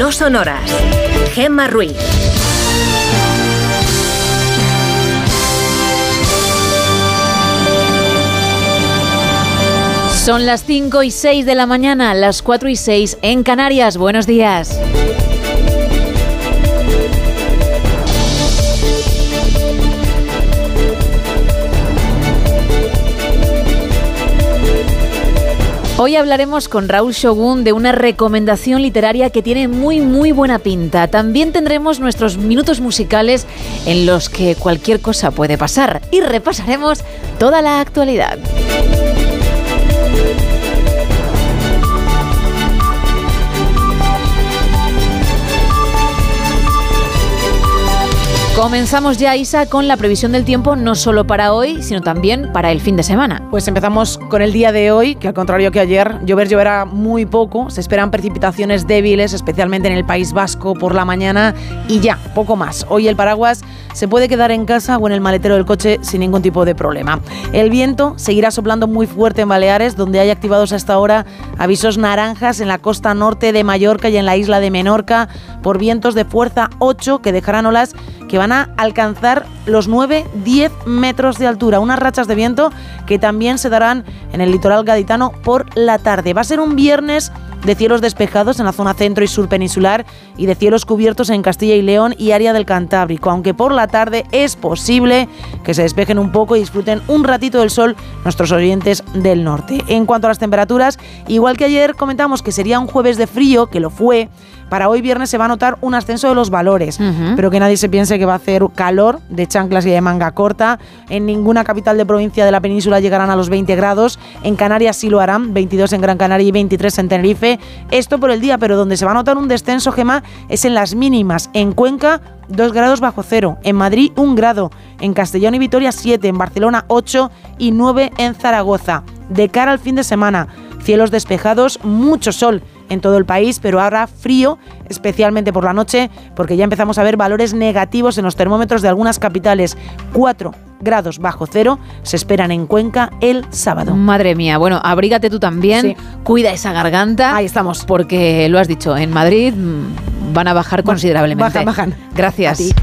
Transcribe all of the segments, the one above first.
No sonoras. Gemma Ruiz. Son las 5:06 de la mañana, las 4:06 en Canarias. Buenos días. Hoy hablaremos con Raúl Shogun de una recomendación literaria que tiene muy buena pinta. También tendremos nuestros minutos musicales en los que cualquier cosa puede pasar y repasaremos toda la actualidad. Comenzamos ya, Isa, con la previsión del tiempo, no solo para hoy, sino también para el fin de semana. Pues empezamos con el día de hoy, que al contrario que ayer, lloverá muy poco. Se esperan precipitaciones débiles, especialmente en el País Vasco por la mañana, y ya, poco más. Hoy el paraguas se puede quedar en casa o en el maletero del coche sin ningún tipo de problema. El viento seguirá soplando muy fuerte en Baleares, donde hay activados hasta ahora avisos naranjas en la costa norte de Mallorca y en la isla de Menorca por vientos de fuerza 8 que dejarán olas que van a alcanzar los 9-10 metros de altura. Unas rachas de viento que también se darán en el litoral gaditano por la tarde. Va a ser un viernes de cielos despejados en la zona centro y sur peninsular y de cielos cubiertos en Castilla y León y área del Cantábrico, aunque por la tarde es posible que se despejen un poco y disfruten un ratito del sol nuestros oyentes del norte. En cuanto a las temperaturas, igual que ayer comentamos que sería un jueves de frío, que lo fue, para hoy viernes se va a notar un ascenso de los valores, pero que nadie se piense que va a hacer calor de chanclas y de manga corta. En ninguna capital de provincia de la península llegarán a los 20 grados, en Canarias sí lo harán, 22 en Gran Canaria y 23 en Tenerife. Esto por el día, pero donde se va a notar un descenso, Gemma, es en las mínimas. En Cuenca, 2 grados bajo cero, en Madrid 1 grado, en Castellón y Vitoria 7, en Barcelona 8 y 9 en Zaragoza. De cara al fin de semana, cielos despejados, mucho sol en todo el país, pero ahora frío, especialmente por la noche, porque ya empezamos a ver valores negativos en los termómetros de algunas capitales. 4 grados bajo cero se esperan en Cuenca el sábado. Madre mía, bueno, abrígate tú también, sí. Cuida esa garganta. Ahí estamos. Porque lo has dicho, en Madrid van a bajar considerablemente. Bajan. Gracias. A ti.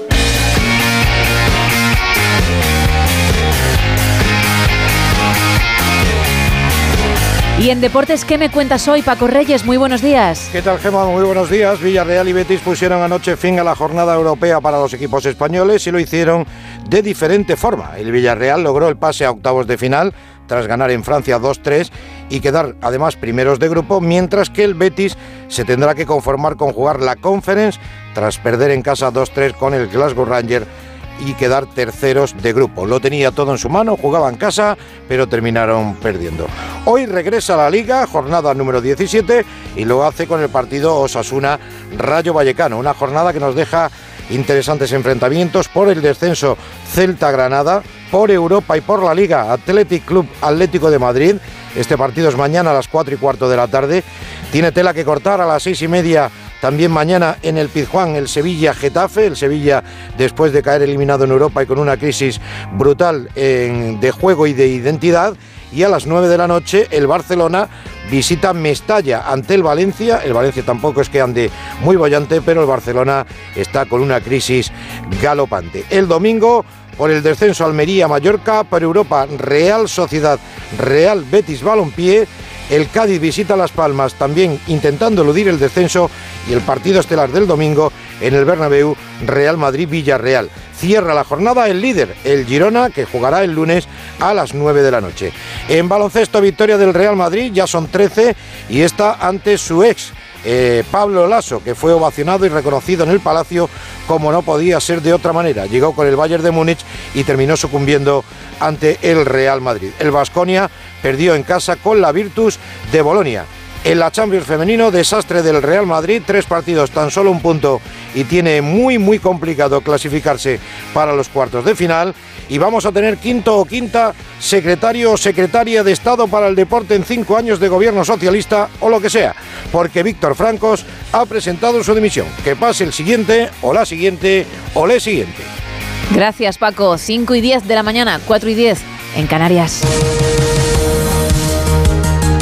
Y en deportes, ¿qué me cuentas hoy, Paco Reyes? Muy buenos días. ¿Qué tal, Gemma? Muy buenos días. Villarreal y Betis pusieron anoche fin a la jornada europea para los equipos españoles y lo hicieron de diferente forma. El Villarreal logró el pase a octavos de final tras ganar en Francia 2-3 y quedar además primeros de grupo, mientras que el Betis se tendrá que conformar con jugar la Conference tras perder en casa 2-3 con el Glasgow Rangers y quedar terceros de grupo. Lo tenía todo en su mano, jugaba en casa, pero terminaron perdiendo. Hoy regresa a la Liga, jornada número 17, y lo hace con el partido Osasuna-Rayo Vallecano, una jornada que nos deja interesantes enfrentamientos por el descenso Celta-Granada, por Europa y por la Liga Athletic Club Atlético de Madrid. Este partido es mañana a las 4:15 de la tarde. Tiene tela que cortar a las 6:30. También mañana en el Pizjuán el Sevilla-Getafe, el Sevilla después de caer eliminado en Europa y con una crisis brutal de juego y de identidad. Y a las 9 de la noche el Barcelona visita Mestalla ante el Valencia. El Valencia tampoco es que ande muy bollante, pero el Barcelona está con una crisis galopante. El domingo, por el descenso, Almería-Mallorca, por Europa Real Sociedad, Real Betis Balompié. El Cádiz visita Las Palmas, también intentando eludir el descenso, y el partido estelar del domingo en el Bernabéu, Real Madrid-Villarreal. Cierra la jornada el líder, el Girona, que jugará el lunes a las 9 de la noche. En baloncesto, victoria del Real Madrid, ya son 13, y está ante su ex, Pablo Laso, que fue ovacionado y reconocido en el Palacio como no podía ser de otra manera. Llegó con el Bayern de Múnich y terminó sucumbiendo ante el Real Madrid. El Baskonia perdió en casa con la Virtus de Bolonia. En la Champions femenino, desastre del Real Madrid, 3 partidos, tan solo 1 punto, y tiene muy complicado clasificarse para los cuartos de final. Y vamos a tener quinto o quinta secretario o secretaria de Estado para el deporte en 5 años de gobierno socialista o lo que sea, porque Víctor Francos ha presentado su dimisión. Que pase el siguiente o la siguiente o le siguiente. Gracias, Paco. 5:10 de la mañana, 4:10 en Canarias.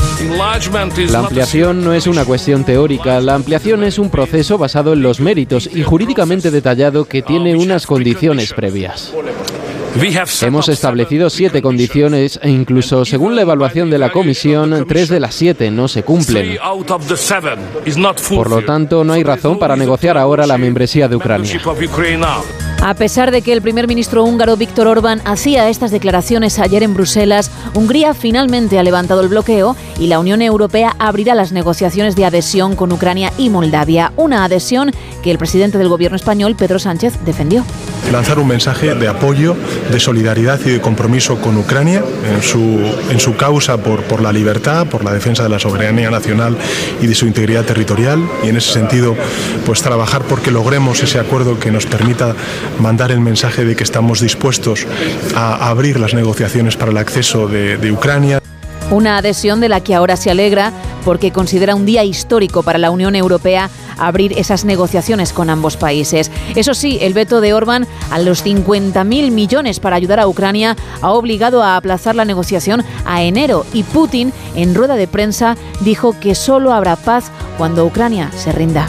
La ampliación no es una cuestión teórica, la ampliación es un proceso basado en los méritos y jurídicamente detallado que tiene unas condiciones previas. Hemos establecido 7 condiciones e incluso según la evaluación de la Comisión, 3 de las 7 no se cumplen. Por lo tanto, no hay razón para negociar ahora la membresía de Ucrania. A pesar de que el primer ministro húngaro Viktor Orbán hacía estas declaraciones ayer en Bruselas, Hungría finalmente ha levantado el bloqueo y la Unión Europea abrirá las negociaciones de adhesión con Ucrania y Moldavia. Una adhesión que el presidente del gobierno español, Pedro Sánchez, defendió. Lanzar un mensaje de apoyo, de solidaridad y de compromiso con Ucrania en su causa por la libertad, por la defensa de la soberanía nacional y de su integridad territorial, y en ese sentido pues trabajar porque logremos ese acuerdo que nos permita mandar el mensaje de que estamos dispuestos a abrir las negociaciones para el acceso de Ucrania. Una adhesión de la que ahora se alegra porque considera un día histórico para la Unión Europea abrir esas negociaciones con ambos países. Eso sí, el veto de Orbán a los 50.000 millones para ayudar a Ucrania ha obligado a aplazar la negociación a enero y Putin, en rueda de prensa, dijo que solo habrá paz cuando Ucrania se rinda.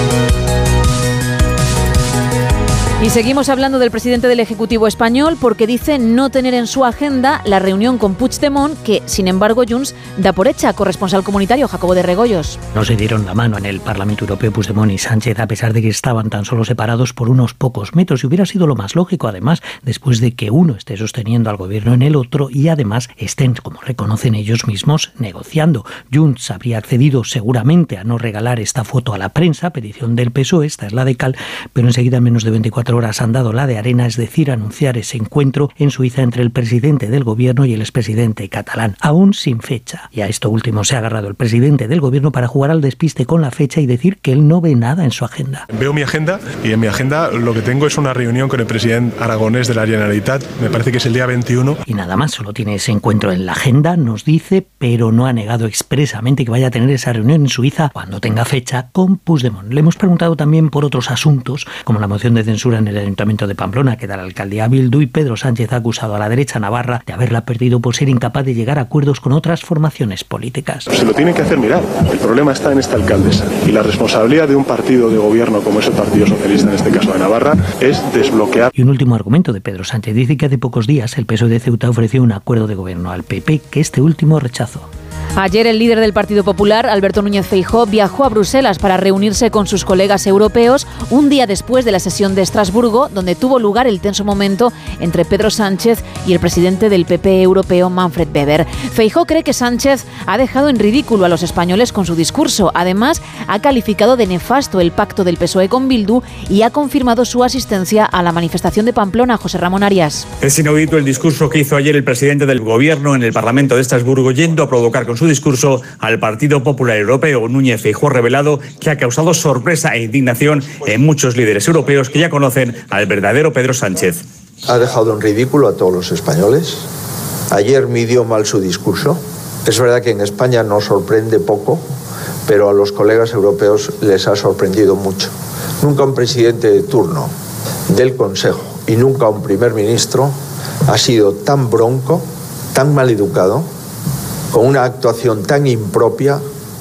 Y seguimos hablando del presidente del Ejecutivo español porque dice no tener en su agenda la reunión con Puigdemont, que, sin embargo, Junts da por hecha. Corresponsal comunitario, Jacobo de Regoyos. No se dieron la mano en el Parlamento Europeo Puigdemont y Sánchez, a pesar de que estaban tan solo separados por unos pocos metros. Y hubiera sido lo más lógico, además, después de que uno esté sosteniendo al gobierno en el otro y, además, estén, como reconocen ellos mismos, negociando. Junts habría accedido seguramente a no regalar esta foto a la prensa, petición del PSOE, esta es la de Cal, pero enseguida, en menos de 24 horas han dado la de arena, es decir, anunciar ese encuentro en Suiza entre el presidente del gobierno y el expresidente catalán, aún sin fecha. Y a esto último se ha agarrado el presidente del gobierno para jugar al despiste con la fecha y decir que él no ve nada en su agenda. Veo mi agenda y en mi agenda lo que tengo es una reunión con el presidente aragonés de la Generalitat, me parece que es el día 21. Y nada más, solo tiene ese encuentro en la agenda, nos dice, pero no ha negado expresamente que vaya a tener esa reunión en Suiza cuando tenga fecha con Puigdemont. Le hemos preguntado también por otros asuntos, como la moción de censura en el Ayuntamiento de Pamplona que da la alcaldía a Bildu, y Pedro Sánchez ha acusado a la derecha navarra de haberla perdido por ser incapaz de llegar a acuerdos con otras formaciones políticas. Se lo tienen que hacer mirar. El problema está en esta alcaldesa y la responsabilidad de un partido de gobierno como es el Partido Socialista, en este caso de Navarra, es desbloquear. Y un último argumento de Pedro Sánchez dice que hace pocos días el PSOE de Ceuta ofreció un acuerdo de gobierno al PP que este último rechazó. Ayer el líder del Partido Popular, Alberto Núñez Feijóo, viajó a Bruselas para reunirse con sus colegas europeos un día después de la sesión de Estrasburgo, donde tuvo lugar el tenso momento entre Pedro Sánchez y el presidente del PP europeo, Manfred Weber. Feijóo cree que Sánchez ha dejado en ridículo a los españoles con su discurso. Además, ha calificado de nefasto el pacto del PSOE con Bildu y ha confirmado su asistencia a la manifestación de Pamplona. José Ramón Arias. Es inaudito el discurso que hizo ayer el presidente del gobierno en el Parlamento de Estrasburgo, yendo a provocar con su discurso al Partido Popular Europeo. Núñez Feijóo ha revelado que ha causado sorpresa e indignación en muchos líderes europeos que ya conocen al verdadero Pedro Sánchez. Ha dejado en ridículo a todos los españoles. Ayer midió mal su discurso. Es verdad que en España nos sorprende poco, pero a los colegas europeos les ha sorprendido mucho. Nunca un presidente de turno del Consejo y nunca un primer ministro ha sido tan bronco, tan maleducado, con una actuación tan impropia,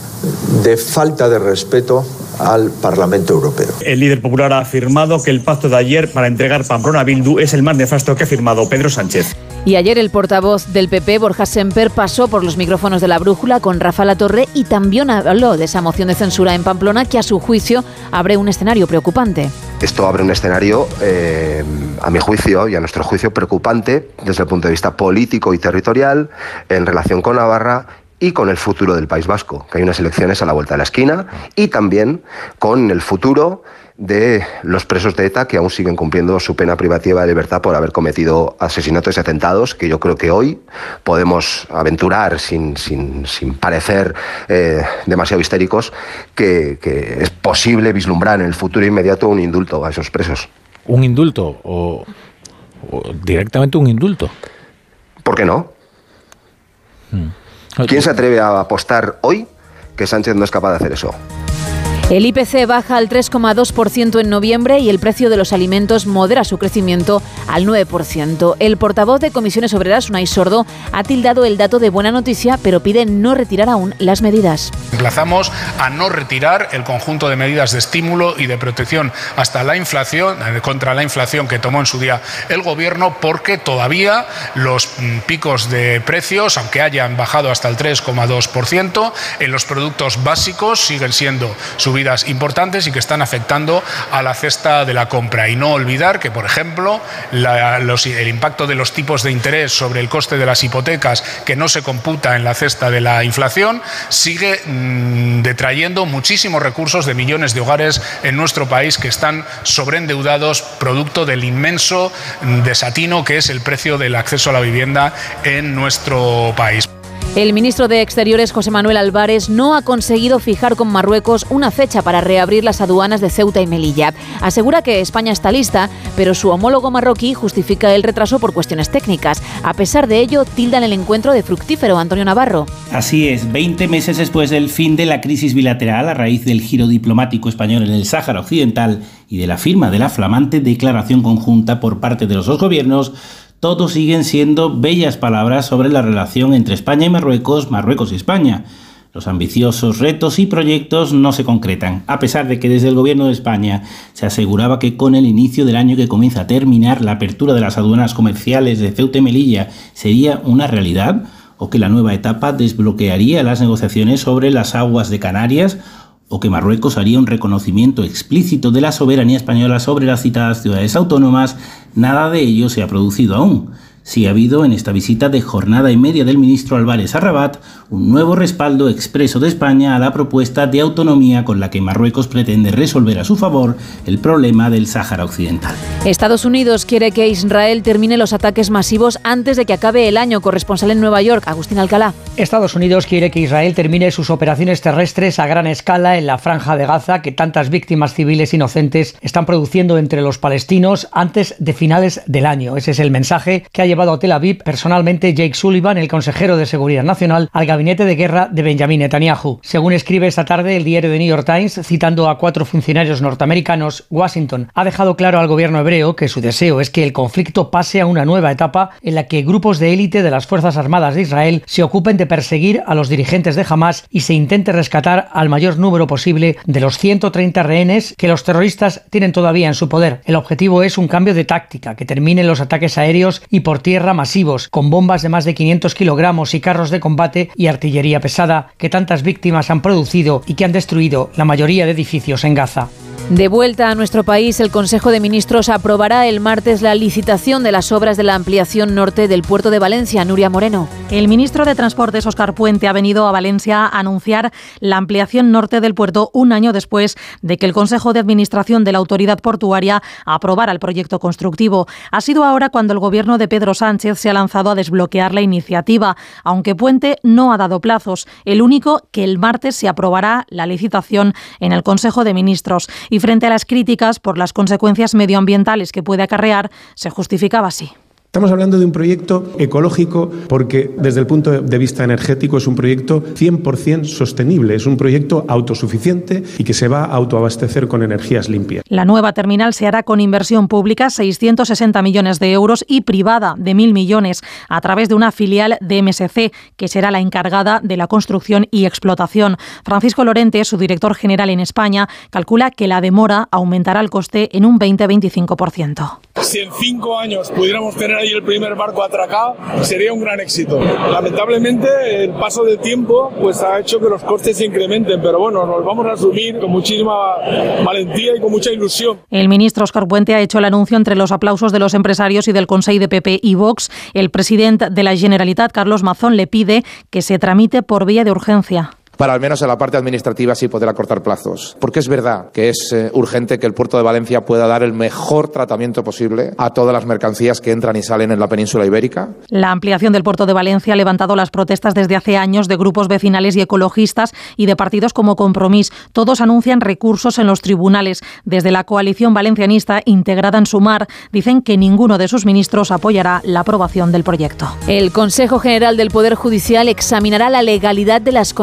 de falta de respeto al Parlamento Europeo. El líder popular ha afirmado que el pacto de ayer para entregar Pamplona a Bildu es el más nefasto que ha firmado Pedro Sánchez. Y ayer el portavoz del PP, Borja Semper, pasó por los micrófonos de La Brújula con Rafa Latorre y también habló de esa moción de censura en Pamplona que, a su juicio, abre un escenario preocupante. Esto abre un escenario, a mi juicio y a nuestro juicio, preocupante desde el punto de vista político y territorial en relación con Navarra y con el futuro del País Vasco, que hay unas elecciones a la vuelta de la esquina, y también con el futuro de los presos de ETA que aún siguen cumpliendo su pena privativa de libertad por haber cometido asesinatos y atentados, que yo creo que hoy podemos aventurar sin parecer demasiado histéricos que es posible vislumbrar en el futuro inmediato un indulto a esos presos. ¿Un indulto o directamente un indulto? ¿Por qué no? ¿Quién se atreve a apostar hoy que Sánchez no es capaz de hacer eso? El IPC baja al 3,2% en noviembre y el precio de los alimentos modera su crecimiento al 9%. El portavoz de Comisiones Obreras, Unai Sordo, ha tildado el dato de buena noticia, pero pide no retirar aún las medidas. Emplazamos a no retirar el conjunto de medidas de estímulo y de protección hasta la inflación, contra la inflación que tomó en su día el Gobierno, porque todavía los picos de precios, aunque hayan bajado hasta el 3,2%, en los productos básicos siguen siendo subidas importantes y que están afectando a la cesta de la compra. Y no olvidar que, por ejemplo, el impacto de los tipos de interés sobre el coste de las hipotecas, que no se computa en la cesta de la inflación, sigue detrayendo muchísimos recursos de millones de hogares en nuestro país que están sobreendeudados producto del inmenso desatino que es el precio del acceso a la vivienda en nuestro país. El ministro de Exteriores, José Manuel Álvarez, no ha conseguido fijar con Marruecos una fecha para reabrir las aduanas de Ceuta y Melilla. Asegura que España está lista, pero su homólogo marroquí justifica el retraso por cuestiones técnicas. A pesar de ello, tildan el encuentro de fructífero. Antonio Navarro. Así es, 20 meses después del fin de la crisis bilateral a raíz del giro diplomático español en el Sáhara Occidental y de la firma de la flamante declaración conjunta por parte de los dos gobiernos, todos siguen siendo bellas palabras sobre la relación entre España y Marruecos, Marruecos y España. Los ambiciosos retos y proyectos no se concretan, a pesar de que desde el Gobierno de España se aseguraba que con el inicio del año que comienza a terminar la apertura de las aduanas comerciales de Ceuta y Melilla sería una realidad, o que la nueva etapa desbloquearía las negociaciones sobre las aguas de Canarias, o que Marruecos haría un reconocimiento explícito de la soberanía española sobre las citadas ciudades autónomas, nada de ello se ha producido aún. Sí ha habido en esta visita de jornada y media del ministro Álvarez a Rabat un nuevo respaldo expreso de España a la propuesta de autonomía con la que Marruecos pretende resolver a su favor el problema del Sáhara Occidental. Estados Unidos quiere que Israel termine los ataques masivos antes de que acabe el año. Corresponsal en Nueva York, Agustín Alcalá. Estados Unidos quiere que Israel termine sus operaciones terrestres a gran escala en la Franja de Gaza que tantas víctimas civiles inocentes están produciendo entre los palestinos antes de finales del año. Ese es el mensaje que ha llevado a Tel Aviv personalmente Jake Sullivan, el consejero de Seguridad Nacional, al gabinete de guerra de Benjamin Netanyahu. Según escribe esta tarde el diario The New York Times, citando a 4 funcionarios norteamericanos, Washington ha dejado claro al gobierno hebreo que su deseo es que el conflicto pase a una nueva etapa en la que grupos de élite de las Fuerzas Armadas de Israel se ocupen de perseguir a los dirigentes de Hamas y se intente rescatar al mayor número posible de los 130 rehenes que los terroristas tienen todavía en su poder. El objetivo es un cambio de táctica, que terminen los ataques aéreos y por tierra masivos, con bombas de más de 500 kilogramos y carros de combate y artillería pesada, que tantas víctimas han producido y que han destruido la mayoría de edificios en Gaza. De vuelta a nuestro país, el Consejo de Ministros aprobará el martes la licitación de las obras de la ampliación norte del puerto de Valencia. Nuria Moreno. El ministro de Transportes, Óscar Puente, ha venido a Valencia a anunciar la ampliación norte del puerto un año después de que el Consejo de Administración de la Autoridad Portuaria aprobara el proyecto constructivo. Ha sido ahora cuando el gobierno de Pedro Sánchez se ha lanzado a desbloquear la iniciativa, aunque Puente no ha dado plazos. El único, que el martes se aprobará la licitación en el Consejo de Ministros. Y frente a las críticas por las consecuencias medioambientales que puede acarrear, se justificaba así. Estamos hablando de un proyecto ecológico porque desde el punto de vista energético es un proyecto 100% sostenible, es un proyecto autosuficiente y que se va a autoabastecer con energías limpias. La nueva terminal se hará con inversión pública, 660 millones de euros, y privada, de 1.000 millones, a través de una filial de MSC, que será la encargada de la construcción y explotación. Francisco Lorente, su director general en España, calcula que la demora aumentará el coste en un 20-25%. Si en 5 años pudiéramos tener ahí el primer barco atracado, sería un gran éxito. Lamentablemente, el paso del tiempo pues ha hecho que los costes se incrementen, pero bueno, nos vamos a asumir con muchísima valentía y con mucha ilusión. El ministro Óscar Puente ha hecho el anuncio entre los aplausos de los empresarios y del Consell de PP y Vox. El presidente de la Generalitat, Carlos Mazón, le pide que se tramite por vía de urgencia. Para al menos en la parte administrativa sí poder acortar plazos. Porque es verdad que es urgente que el puerto de Valencia pueda dar el mejor tratamiento posible a todas las mercancías que entran y salen en la península ibérica. La ampliación del puerto de Valencia ha levantado las protestas desde hace años de grupos vecinales y ecologistas y de partidos como Compromís. Todos anuncian recursos en los tribunales. Desde la coalición valencianista, integrada en Sumar, dicen que ninguno de sus ministros apoyará la aprobación del proyecto. El Consejo General del Poder Judicial examinará la legalidad de las comisiones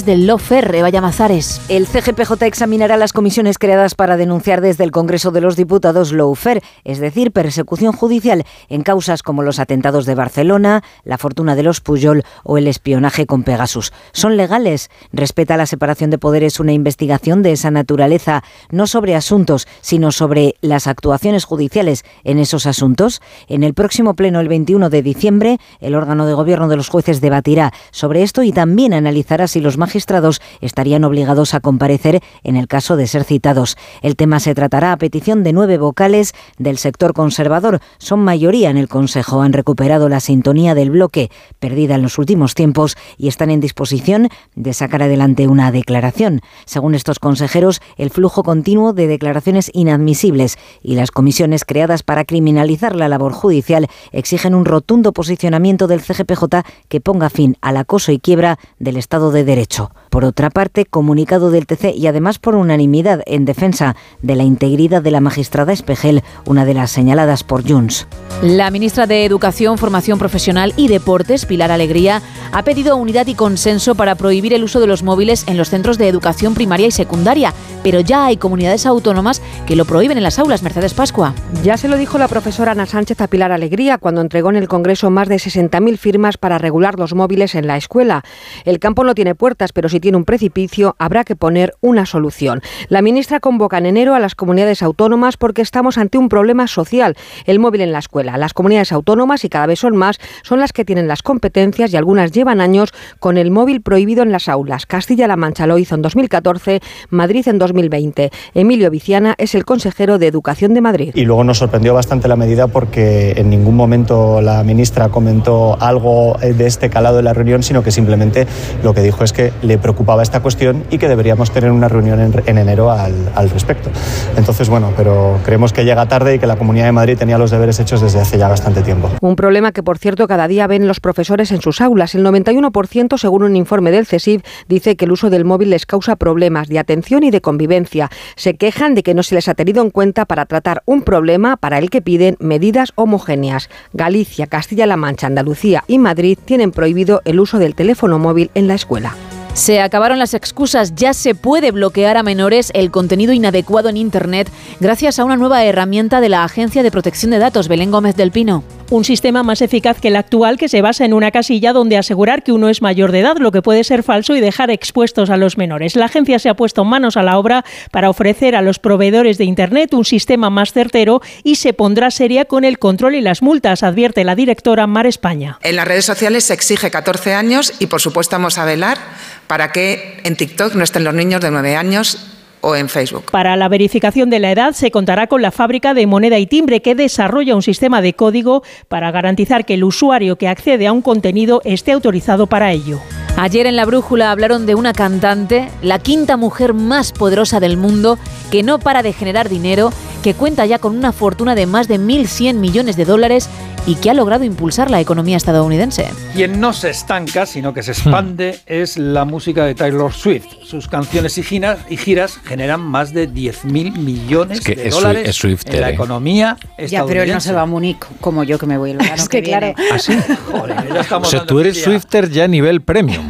comisiones del lawfare. Eva Llamazares. El CGPJ examinará las comisiones creadas para denunciar desde el Congreso de los Diputados lawfare, es decir, persecución judicial en causas como los atentados de Barcelona, la fortuna de los Pujol o el espionaje con Pegasus. ¿Son legales? ¿Respeta la separación de poderes una investigación de esa naturaleza, no sobre asuntos, sino sobre las actuaciones judiciales en esos asuntos? En el próximo pleno, el 21 de diciembre, el órgano de gobierno de los jueces debatirá sobre esto y también analizará si los magistrados estarían obligados a comparecer en el caso de ser citados. El tema se tratará a petición de 9 vocales del sector conservador. Son mayoría en el Consejo. Han recuperado la sintonía del bloque, perdida en los últimos tiempos, y están en disposición de sacar adelante una declaración. Según estos consejeros, el flujo continuo de declaraciones inadmisibles y las comisiones creadas para criminalizar la labor judicial exigen un rotundo posicionamiento del CGPJ que ponga fin al acoso y quiebra del Estado de Derecho. Por otra parte, comunicado del TC y además por unanimidad en defensa de la integridad de la magistrada Espejel, una de las señaladas por Junts. La ministra de Educación, Formación Profesional y Deportes, Pilar Alegría, ha pedido unidad y consenso para prohibir el uso de los móviles en los centros de educación primaria y secundaria, pero ya hay comunidades autónomas que lo prohíben en las aulas. Mercedes Pascua. Ya se lo dijo la profesora Ana Sánchez a Pilar Alegría cuando entregó en el Congreso más de 60.000 firmas para regular los móviles en la escuela. El campo no tiene puertas, pero si tiene un precipicio, habrá que poner una solución. La ministra convoca en enero a las comunidades autónomas porque estamos ante un problema social, el móvil en la escuela. Las comunidades autónomas, y cada vez son más, son las que tienen las competencias y algunas llevan años con el móvil prohibido en las aulas. Castilla-La Mancha lo hizo en 2014, Madrid en 2020. Emilio Viciana es el consejero de Educación de Madrid. Y luego nos sorprendió bastante la medida porque en ningún momento la ministra comentó algo de este calado en la reunión, sino que simplemente lo que dijo es que le preocupaba esta cuestión y que deberíamos tener una reunión en enero al respecto. Entonces, bueno, pero creemos que llega tarde y que la Comunidad de Madrid tenía los deberes hechos desde hace ya bastante tiempo. Un problema que, por cierto, cada día ven los profesores en sus aulas. El 91%, según un informe del CSIC, dice que el uso del móvil les causa problemas de atención y de convivencia. Se quejan de que no se les ha tenido en cuenta para tratar un problema para el que piden medidas homogéneas. Galicia, Castilla-La Mancha, Andalucía y Madrid tienen prohibido el uso del teléfono móvil en la escuela. Se acabaron las excusas, ya se puede bloquear a menores el contenido inadecuado en Internet gracias a una nueva herramienta de la Agencia de Protección de Datos. Belén Gómez del Pino. Un sistema más eficaz que el actual que se basa en una casilla donde asegurar que uno es mayor de edad, lo que puede ser falso, y dejar expuestos a los menores. La agencia se ha puesto manos a la obra para ofrecer a los proveedores de Internet un sistema más certero y se pondrá seria con el control y las multas, advierte la directora Mar España. En las redes sociales se exige 14 años y, por supuesto, vamos a velar para que en TikTok no estén los niños de 9 años o en Facebook. Para la verificación de la edad se contará con la Fábrica de Moneda y Timbre, que desarrolla un sistema de código para garantizar que el usuario que accede a un contenido esté autorizado para ello. Ayer en La Brújula hablaron de una cantante, la quinta mujer más poderosa del mundo, que no para de generar dinero, que cuenta ya con una fortuna de más de 1.100 millones de dólares y que ha logrado impulsar la economía estadounidense. Quien no se estanca, sino que se expande, es la música de Taylor Swift. Sus canciones y giras generan más de 10.000 millones de dólares en la economía estadounidense. Ya, pero él no se va a Múnich como yo, que me voy el verano. Es que claro. ¿Ah, sí? Joder, ya estamos. O sea, tú eres Swifter ya a nivel premium.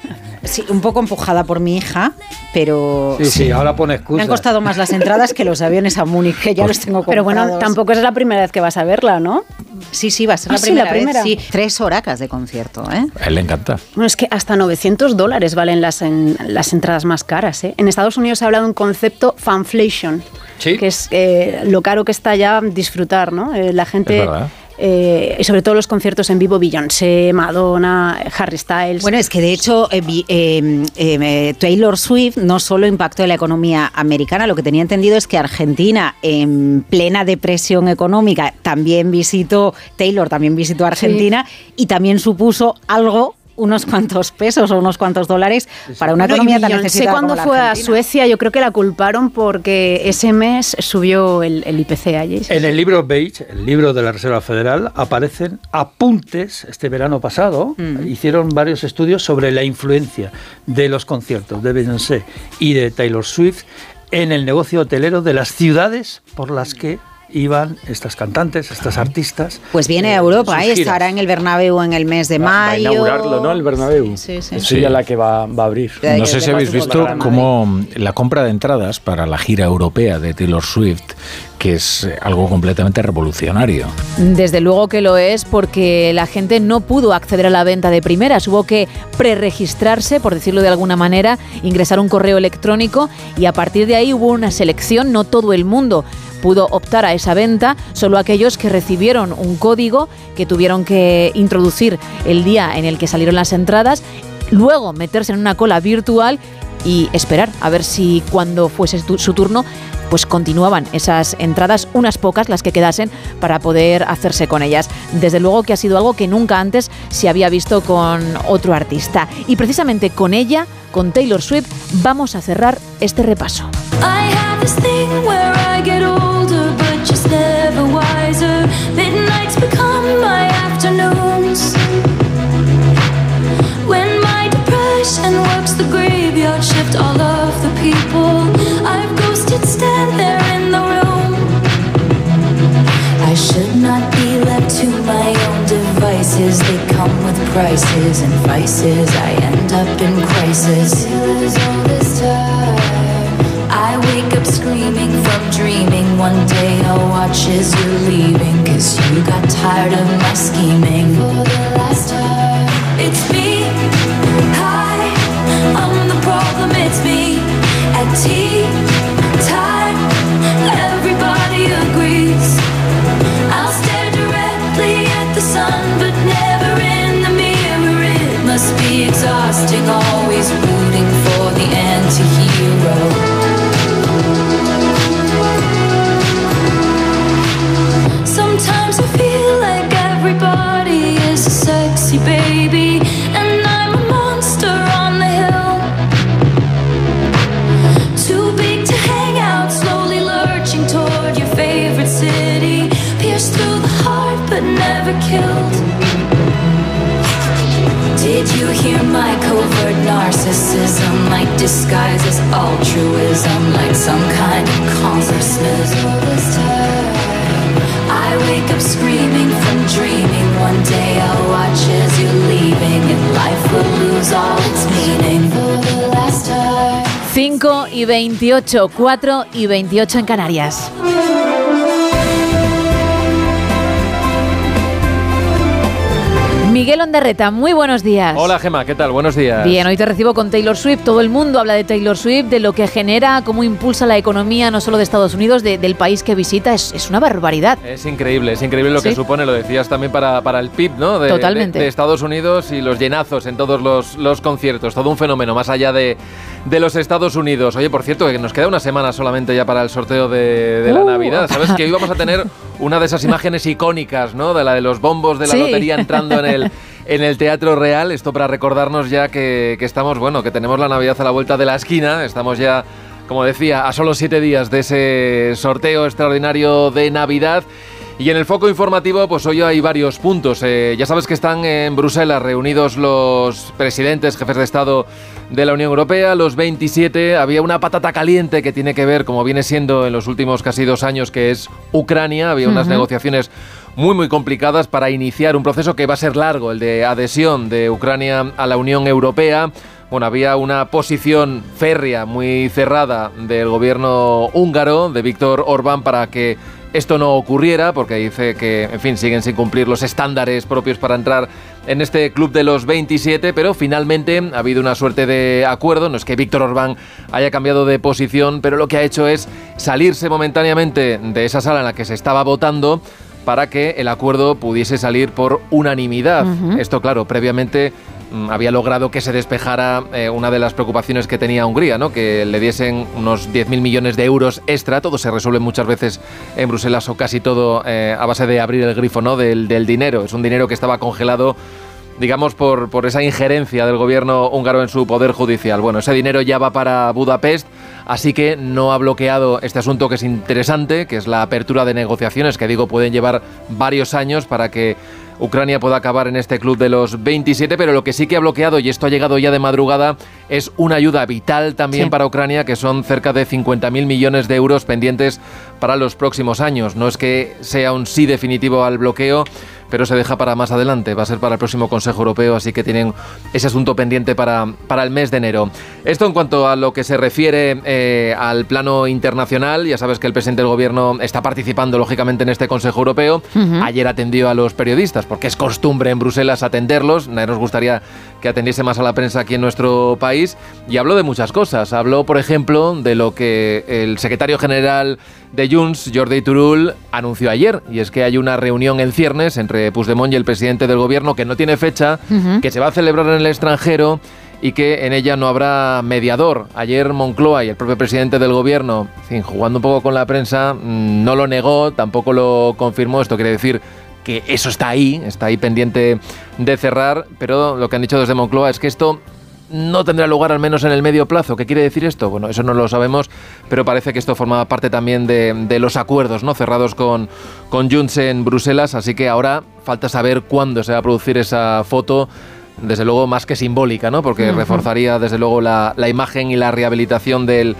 Sí, un poco empujada por mi hija, pero... Sí, ahora pone excusas. Me han costado más las entradas que los aviones a Múnich, que ya los tengo comprados. Pero bueno, tampoco es la primera vez que vas a verla, ¿no? Sí, va a ser la primera vez. Sí, 3 horacas de concierto, ¿eh? A él le encanta. Bueno, es que hasta $900 valen las entradas más caras, ¿eh? En Estados Unidos se habla de un concepto fanflation, ¿sí? Que es lo caro que está ya disfrutar, ¿no? La gente... Es verdad. Y sobre todo los conciertos en vivo, Beyoncé, Madonna, Harry Styles. Bueno, es que de hecho Taylor Swift no solo impactó en la economía americana, lo que tenía entendido es que Argentina, en plena depresión económica, también visitó Argentina, sí. Y también supuso algo, unos cuantos pesos o unos cuantos dólares para una economía tan necesitada como la cuando fue Argentina. A Suecia, yo creo que la culparon porque ese mes subió el IPC allí. En el libro Beige, el libro de la Reserva Federal, aparecen apuntes. Este verano pasado hicieron varios estudios sobre la influencia de los conciertos de Beyoncé y de Taylor Swift en el negocio hotelero de las ciudades por las que iban estas cantantes, estas artistas. Pues viene a Europa, estará en el Bernabéu en el mes de mayo. Va a inaugurarlo, ¿no? El Bernabéu. Sí. Es ella la que va a abrir. No sé si habéis visto cómo la compra de entradas para la gira europea de Taylor Swift, que es algo completamente revolucionario. Desde luego que lo es, porque la gente no pudo acceder a la venta de primeras. Hubo que preregistrarse, por decirlo de alguna manera, ingresar un correo electrónico y a partir de ahí hubo una selección. No todo el mundo pudo optar a esa venta, solo aquellos que recibieron un código que tuvieron que introducir el día en el que salieron las entradas, luego meterse en una cola virtual y esperar a ver si cuando fuese su turno pues continuaban esas entradas, unas pocas las que quedasen, para poder hacerse con ellas. Desde luego que ha sido algo que nunca antes se había visto con otro artista. Y precisamente con ella, con Taylor Swift, vamos a cerrar este repaso. Stand there in the room. I should not be left to my own devices. They come with prices and vices. I end up in crisis. All this time I wake up screaming from dreaming. One day I'll watch as you're leaving, 'cause you got tired of my scheming. For the last time, it's me. Hi, I'm the problem, it's me. At tea time, everybody agrees. I'll stare directly at the sun, but never in the mirror. It must be exhausting, always rooting for the anti-hero. Sometimes I feel like everybody is a sexy baby, and I'm a monster on the hill. Toward your favorite city, pierced through the heart but never killed. Did you hear my covert narcissism? My disguise is altruism, like some kind of consciousness. All this time I wake up screaming from dreaming. One day I'll watch as you're leaving, and life will lose all its meaning. For the last time. 5:28, 4:28 en Canarias. Miguel Ondarreta, muy buenos días. Hola Gemma, ¿qué tal? Buenos días. Bien, hoy te recibo con Taylor Swift. Todo el mundo habla de Taylor Swift, de lo que genera, cómo impulsa la economía no solo de Estados Unidos, del país que visita. Es una barbaridad. Es increíble lo que supone, lo decías también para el PIB, ¿no? Totalmente. De Estados Unidos, y los llenazos en todos los conciertos. Todo un fenómeno más allá de los Estados Unidos. Oye, por cierto, que nos queda una semana solamente ya para el sorteo de la Navidad. ¿Sabes? Que hoy vamos a tener una de esas imágenes icónicas, ¿no? De la de los bombos de la lotería entrando en el Teatro Real. Esto para recordarnos ya que estamos, que tenemos la Navidad a la vuelta de la esquina. Estamos ya, como decía, a solo 7 días de ese sorteo extraordinario de Navidad. Y en el foco informativo, pues hoy hay varios puntos. Ya sabes que están en Bruselas reunidos los presidentes, jefes de Estado de la Unión Europea, los 27. Había una patata caliente que tiene que ver, como viene siendo en los últimos casi 2 años, que es Ucrania. Había unas negociaciones muy complicadas para iniciar un proceso que va a ser largo, el de adhesión de Ucrania a la Unión Europea. Bueno, había una posición férrea, muy cerrada, del gobierno húngaro, de Viktor Orbán, para que esto no ocurriera, porque dice que, en fin, siguen sin cumplir los estándares propios para entrar en este club de los 27, pero finalmente ha habido una suerte de acuerdo. No es que Viktor Orbán haya cambiado de posición, pero lo que ha hecho es salirse momentáneamente de esa sala en la que se estaba votando para que el acuerdo pudiese salir por unanimidad. Esto, claro, previamente había logrado que se despejara una de las preocupaciones que tenía Hungría, ¿no? Que le diesen unos 10.000 millones de euros extra. Todo se resuelve muchas veces en Bruselas, o casi todo, a base de abrir el grifo, ¿no? del dinero. Es un dinero que estaba congelado, digamos, por esa injerencia del gobierno húngaro en su poder judicial. Bueno, ese dinero ya va para Budapest, así que no ha bloqueado este asunto, que es interesante, que es la apertura de negociaciones, que digo pueden llevar varios años para que Ucrania pueda acabar en este club de los 27, pero lo que sí que ha bloqueado, y esto ha llegado ya de madrugada, es una ayuda vital también para Ucrania, que son cerca de 50.000 millones de euros pendientes para los próximos años. No es que sea un sí definitivo al bloqueo, pero se deja para más adelante, va a ser para el próximo Consejo Europeo, así que tienen ese asunto pendiente para el mes de enero. Esto en cuanto a lo que se refiere al plano internacional. Ya sabes que el presidente del gobierno está participando lógicamente en este Consejo Europeo. Ayer atendió a los periodistas, porque es costumbre en Bruselas atenderlos. Nos gustaría que atendiese más a la prensa aquí en nuestro país, y habló de muchas cosas. Habló, por ejemplo, de lo que el secretario general de Junts, Jordi Turull, anunció ayer, y es que hay una reunión en ciernes entre Puigdemont y el presidente del gobierno que no tiene fecha, que se va a celebrar en el extranjero y que en ella no habrá mediador. Ayer Moncloa y el propio presidente del gobierno, en fin, jugando un poco con la prensa, no lo negó, tampoco lo confirmó. Esto quiere decir que eso está ahí pendiente de cerrar, pero lo que han dicho desde Moncloa es que esto no tendrá lugar al menos en el medio plazo. ¿Qué quiere decir esto? Bueno, eso no lo sabemos, pero parece que esto formaba parte también de los acuerdos, ¿no?, cerrados con Junts en Bruselas, así que ahora falta saber cuándo se va a producir esa foto, desde luego más que simbólica, ¿no?, porque reforzaría desde luego la imagen y la rehabilitación del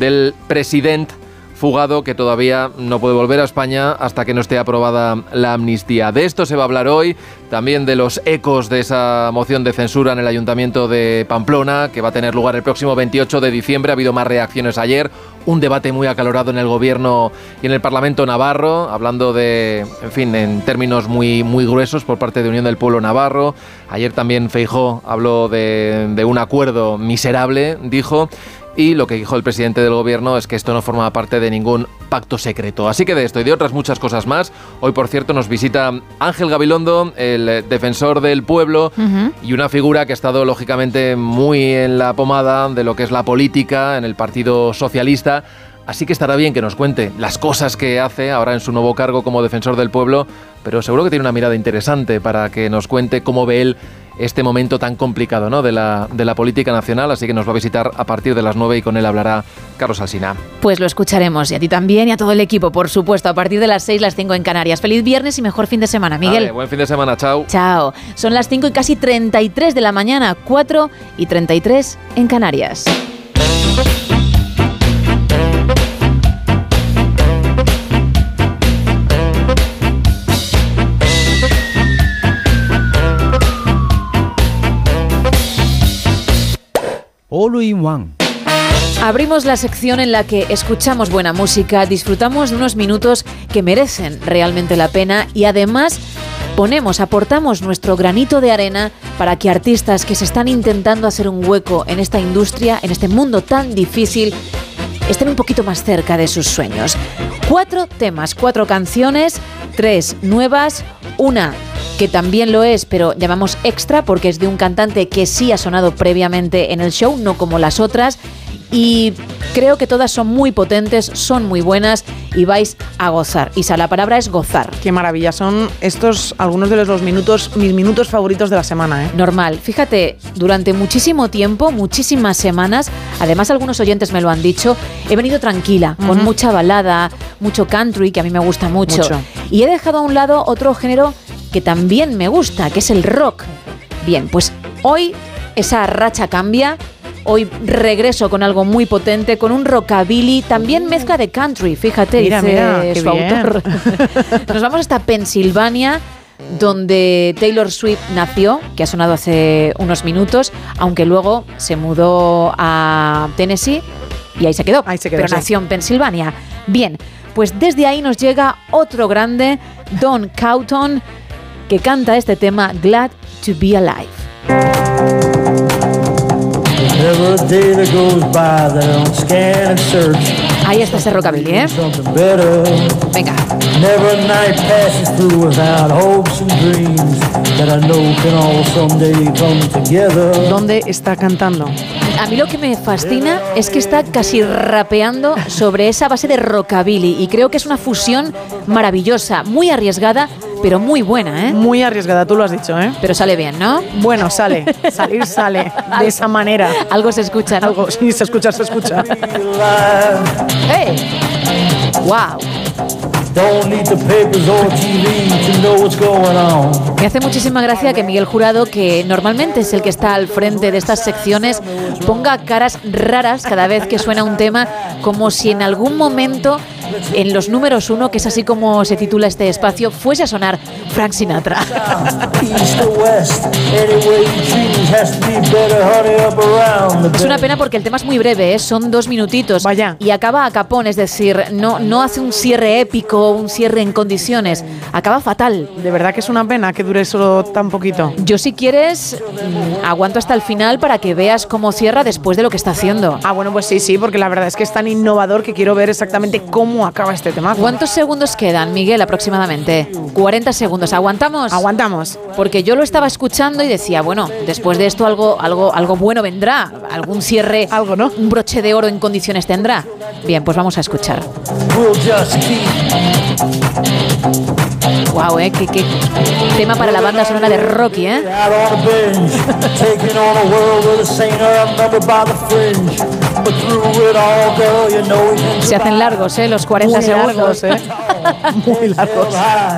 presidente fugado, que todavía no puede volver a España hasta que no esté aprobada la amnistía. De esto se va a hablar hoy, también de los ecos de esa moción de censura en el Ayuntamiento de Pamplona, que va a tener lugar el próximo 28 de diciembre. Ha habido más reacciones ayer, un debate muy acalorado en el Gobierno y en el Parlamento navarro, hablando de, en fin, en términos muy, muy gruesos por parte de Unión del Pueblo Navarro. Ayer también Feijóo habló de un acuerdo miserable, dijo. Y lo que dijo el presidente del gobierno es que esto no forma parte de ningún pacto secreto. Así que de esto y de otras muchas cosas más, hoy por cierto nos visita Ángel Gabilondo, el defensor del pueblo, y una figura que ha estado lógicamente muy en la pomada de lo que es la política en el Partido Socialista. Así que estará bien que nos cuente las cosas que hace ahora en su nuevo cargo como defensor del pueblo, pero seguro que tiene una mirada interesante para que nos cuente cómo ve él este momento tan complicado, ¿no?, de la política nacional. Así que nos va a visitar a partir de las 9 y con él hablará Carlos Alsina. Pues lo escucharemos, y a ti también y a todo el equipo, por supuesto, a partir de las 6, las 5 en Canarias. Feliz viernes y mejor fin de semana, Miguel. Vale, buen fin de semana, chao. Chao. Son las 5 y casi 33 de la mañana, 4 y 33 en Canarias. All in one. Abrimos la sección en la que escuchamos buena música, disfrutamos de unos minutos que merecen realmente la pena, y además aportamos nuestro granito de arena para que artistas que se están intentando hacer un hueco en esta industria, en este mundo tan difícil, estén un poquito más cerca de sus sueños. 4 temas, 4 canciones, 3 nuevas, una que también lo es, pero llamamos extra porque es de un cantante que sí ha sonado previamente en el show, no como las otras, y creo que todas son muy potentes, son muy buenas y vais a gozar. Isa, la palabra es gozar. Qué maravilla, son estos algunos de los minutos, mis minutos favoritos de la semana, ¿eh? Normal, fíjate, durante muchísimo tiempo, muchísimas semanas, además algunos oyentes me lo han dicho, he venido tranquila, con mucha balada, mucho country, que a mí me gusta mucho. Y he dejado a un lado otro género que también me gusta, que es el rock. Bien, pues hoy esa racha cambia. Hoy regreso con algo muy potente, con un rockabilly, también mezcla de country, fíjate, mira, dice su autor. Nos vamos hasta Pensilvania, donde Taylor Swift nació, que ha sonado hace unos minutos, aunque luego se mudó a Tennessee y ahí se quedó, pero nació en Pensilvania. Bien, pues desde ahí nos llega otro grande, Don Cowton, que canta este tema, Glad to be Alive. Ahí está ese rockabilly, ¿eh? Venga. ¿Dónde está cantando? A mí lo que me fascina es que está casi rapeando sobre esa base de rockabilly, y creo que es una fusión maravillosa, muy arriesgada, pero muy buena, ¿eh? Muy arriesgada, tú lo has dicho, ¿eh? Pero sale bien, ¿no? Bueno, sale. Salir sale. De esa manera. Algo se escucha, ¿no? Algo, sí, se escucha. ¡Hey! ¡Wow! Me hace muchísima gracia que Miguel Jurado, que normalmente es el que está al frente de estas secciones, ponga caras raras cada vez que suena un tema, como si en algún momento en los números 1, que es así como se titula este espacio, fuese a sonar Frank Sinatra. Es una pena porque el tema es muy breve, ¿eh? Son 2 minutitos. Vaya. Y acaba a capón, es decir, no hace un cierre épico, un cierre en condiciones. Acaba fatal. De verdad que es una pena que dure solo tan poquito. Yo, si quieres, aguanto hasta el final para que veas cómo cierra después de lo que está haciendo. Ah, bueno, pues sí, porque la verdad es que es tan innovador que quiero ver exactamente cómo acaba este tema. ¿Cuántos segundos quedan, Miguel, aproximadamente? 40 segundos. ¿Aguantamos? Aguantamos. Porque yo lo estaba escuchando y decía, bueno, después de esto algo bueno vendrá. Algún cierre, algo, ¿no? Un broche de oro en condiciones tendrá. Bien, pues vamos a escuchar. Wow, qué tema para la banda sonora de Rocky, ¿eh? Se hacen largos, los 40 muy segundos. Largos, muy largos.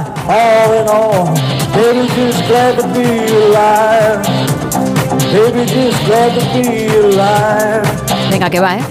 Venga, que va,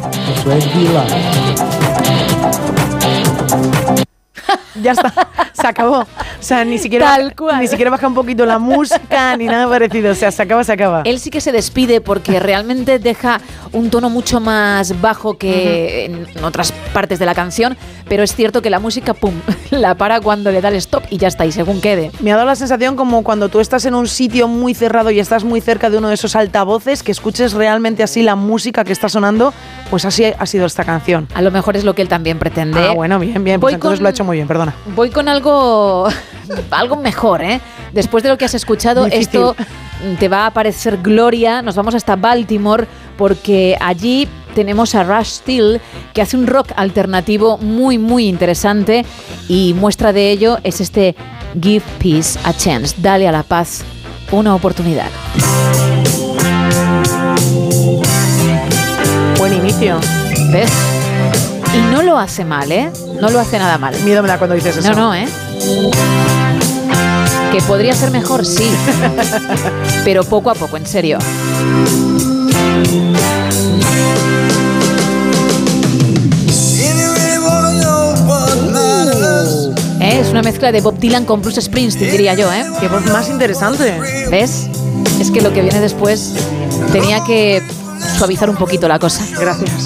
Ya está, se acabó. O sea, ni siquiera baja un poquito la música ni nada parecido. O sea, se acaba. Él sí que se despide porque realmente deja un tono mucho más bajo que en otras partes de la canción, pero es cierto que la música, pum, la para cuando le da el stop y ya está, y según quede. Me ha dado la sensación como cuando tú estás en un sitio muy cerrado y estás muy cerca de uno de esos altavoces, que escuches realmente así la música que está sonando, pues así ha sido esta canción. A lo mejor es lo que él también pretende. Ah, bueno, bien, pues entonces lo ha hecho muy bien, perdona. Voy con algo mejor, ¿eh? Después de lo que has escuchado, difícil. Esto te va a parecer gloria. Nos vamos hasta Baltimore porque allí tenemos a Rush Steele, que hace un rock alternativo muy, muy interesante, y muestra de ello es este Give Peace a Chance. Dale a la paz una oportunidad. Buen inicio. ¿Ves? Y no lo hace mal, ¿eh? No lo hace nada mal. Miedo me da cuando dices eso. No, ¿eh? Que podría ser mejor, sí. Pero poco a poco, en serio. Es una mezcla de Bob Dylan con Bruce Springsteen, diría yo, ¿eh? Qué voz más interesante. ¿Ves? Es que lo que viene después tenía que suavizar un poquito la cosa. Gracias.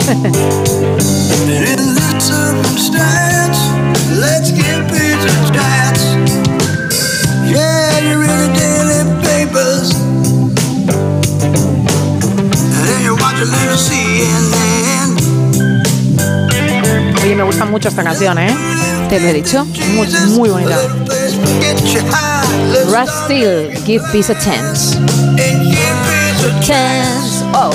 Oye, me gusta mucho esta canción, ¿eh? Te lo he dicho. Muy bonita. Rush Steele, Give Peace a Chance. Chance, oh.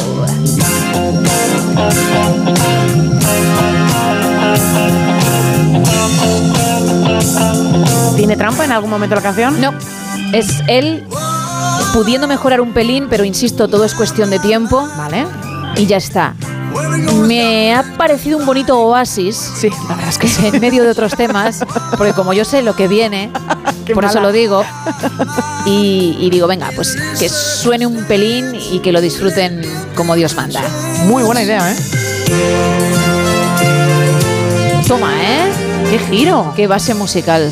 ¿Tiene trampa en algún momento la canción? No, es él pudiendo mejorar un pelín, pero insisto, todo es cuestión de tiempo. Vale. Y ya está. Me ha parecido un bonito oasis. Sí, la verdad es que sí. En medio de otros temas, porque como yo sé lo que viene, por eso lo digo. Y digo, venga, pues que suene un pelín y que lo disfruten como Dios manda. Muy buena idea, ¿eh? Toma, ¿eh? ¡Qué giro! ¡Qué base musical!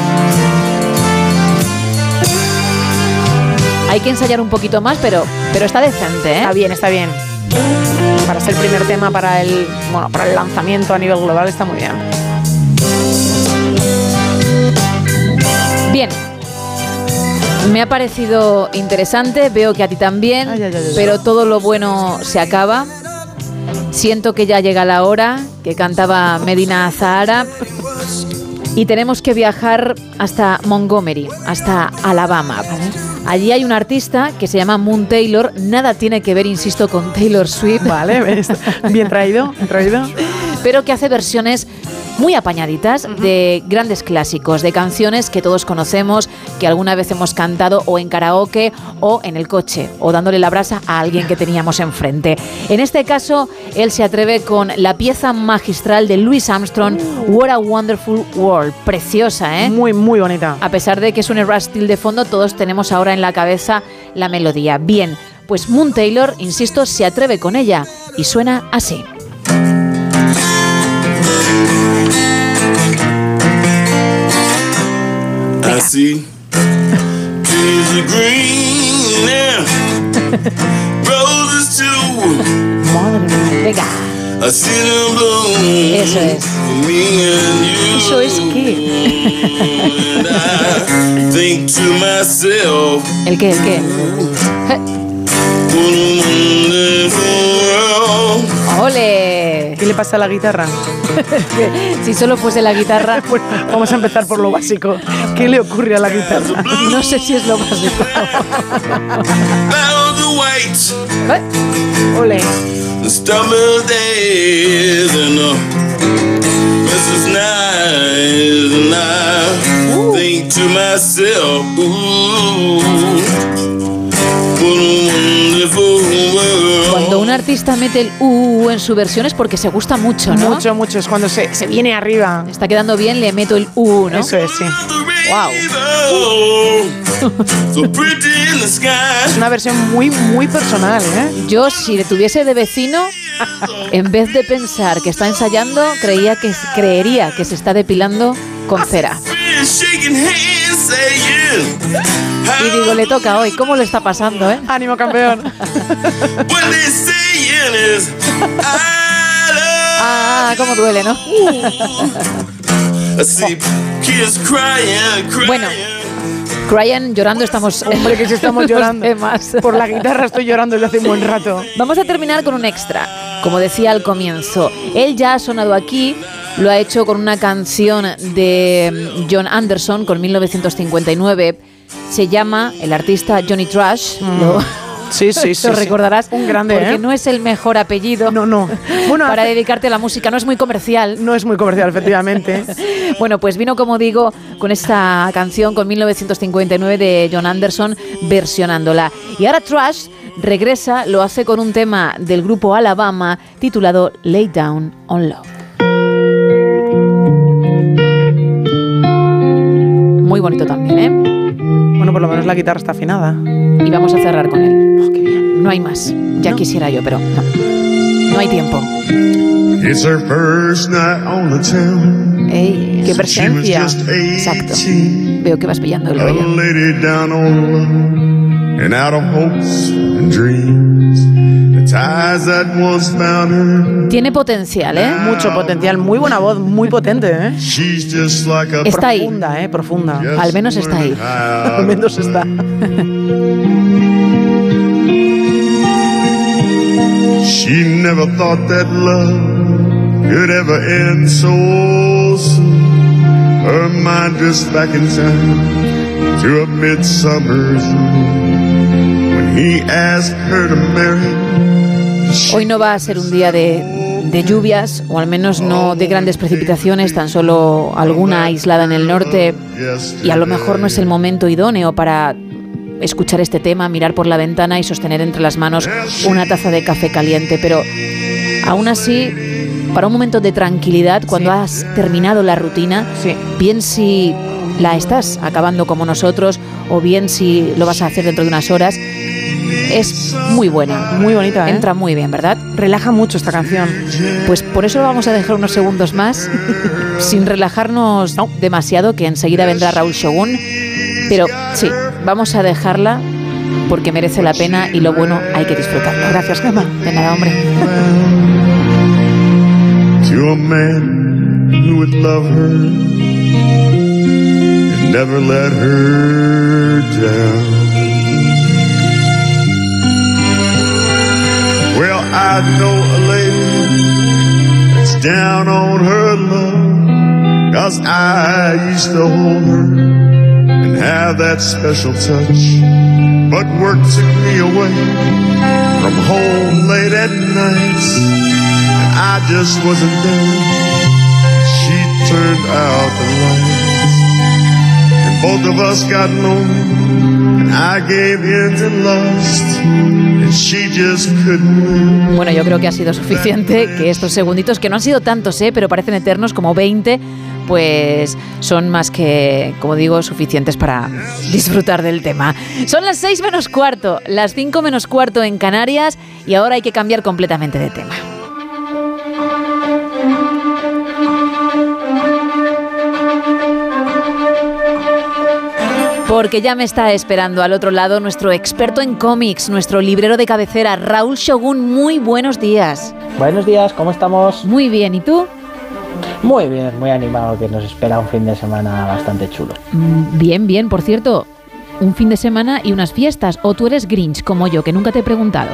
Hay que ensayar un poquito más, pero está decente, ¿eh? Está bien. Para ser el primer tema para el lanzamiento a nivel global está muy bien. Bien. Me ha parecido interesante, veo que a ti también, pero todo lo bueno se acaba. Siento que ya llega la hora, que cantaba Medina Zahara, y tenemos que viajar hasta Montgomery, hasta Alabama. Allí hay un artista que se llama Moon Taylor, nada tiene que ver, insisto, con Taylor Swift. Vale, bien traído. Pero que hace versiones muy apañaditas de grandes clásicos, de canciones que todos conocemos, que alguna vez hemos cantado o en karaoke o en el coche o dándole la brasa a alguien que teníamos enfrente. En este caso, él se atreve con la pieza magistral de Louis Armstrong, What a Wonderful World. Preciosa, ¿eh? Muy, muy bonita. A pesar de que suene Rush Steele de fondo, todos tenemos ahora en la cabeza la melodía. Bien, pues Moon Taylor, insisto, se atreve con ella y suena así. I see trees are green and roses too. Madre mía, venga. I see them bloom. Eso es. Me and you. ¿Eso es qué? And I think to myself. ¿El qué? ¿El qué? ¡Ole! ¿Qué le pasa a la guitarra? Si solo fuese la guitarra... Bueno, vamos a empezar por lo básico. ¿Qué le ocurre a la guitarra? No sé si es lo básico. ¡Ole! Cuando un artista mete el en su versión es porque se gusta mucho, ¿no? Mucho, mucho. Es cuando se viene arriba. Está quedando bien, le meto el ¿no? Eso es, sí. ¡Wow! Es una versión muy, muy personal, ¿eh? Yo, si le tuviese de vecino, en vez de pensar que está ensayando, creería que se está depilando con cera. Y digo, le toca hoy. ¿Cómo le está pasando, eh? ¡Ánimo, campeón! Cómo duele, ¿no? Bueno, Crying, llorando estamos... Hombre, que si estamos llorando. Por la guitarra estoy llorando desde hace un buen rato. Vamos a terminar con un extra. Como decía al comienzo, él ya ha sonado aquí, lo ha hecho con una canción de John Anderson, con 1959. Se llama, el artista, Johnny Trash. Sí, sí, sí. Lo recordarás. Un grande, porque no es el mejor apellido. No. Bueno, para dedicarte a la música. No es muy comercial. No es muy comercial, efectivamente. Bueno, pues vino, como digo, con esta canción, con 1959 de John Anderson, versionándola. Y ahora Trash regresa, lo hace con un tema del grupo Alabama titulado Lay Down on Love. Muy bonito también, ¿eh? Bueno, por lo menos la guitarra está afinada. Y vamos a cerrar con él. Oh, qué bien. No hay más. Ya quisiera yo, pero no. No hay tiempo. It's her first night on the town. ¡Ey! ¡Qué presencia! Exacto. Veo que vas pillando el rollo. Tiene potencial, ¿eh? Mucho potencial. Muy buena voz, muy potente, ¿eh? Está ahí. Profunda, ¿eh? Profunda. Al menos está ahí. Al menos está. She never thought that love could ever end so soon. Her mind just back in time to a midsummer's moon. When he asked her to marry. Hoy no va a ser un día de lluvias, o al menos no de grandes precipitaciones, tan solo alguna aislada en el norte, y a lo mejor no es el momento idóneo para escuchar este tema, mirar por la ventana y sostener entre las manos una taza de café caliente, pero aún así, para un momento de tranquilidad, cuando has terminado la rutina, bien si la estás acabando como nosotros, o bien si lo vas a hacer dentro de unas horas, es muy buena. Muy bonita, ¿eh? Entra muy bien, ¿verdad? Relaja mucho esta canción. Pues por eso vamos a dejar unos segundos más, sin relajarnos demasiado, que enseguida vendrá Raúl Shogun. Pero sí, vamos a dejarla porque merece la pena y lo bueno hay que disfrutarlo. Gracias, Gemma. De nada, hombre. To a man who would love her and never let her down. Well, I know a lady that's down on her love, 'cause I used to hold her and have that special touch, but work took me away from home late at night, and I just wasn't there. She turned out the lights, and both of us got lonely, and I gave in to lust, and she just couldn't win. Bueno, yo creo que ha sido suficiente, que estos segunditos, que no han sido tantos, pero parecen eternos, como 20, pues son más que, como digo, suficientes para disfrutar del tema. Son las 6 menos cuarto, las 5 menos cuarto en Canarias, y ahora hay que cambiar completamente de tema. Porque ya me está esperando al otro lado nuestro experto en cómics, nuestro librero de cabecera, Raúl Shogun. Muy buenos días. Buenos días, ¿cómo estamos? Muy bien, ¿y tú? Muy bien, muy animado, que nos espera un fin de semana bastante chulo. Bien, bien, por cierto, un fin de semana y unas fiestas, o tú eres Grinch como yo, que nunca te he preguntado.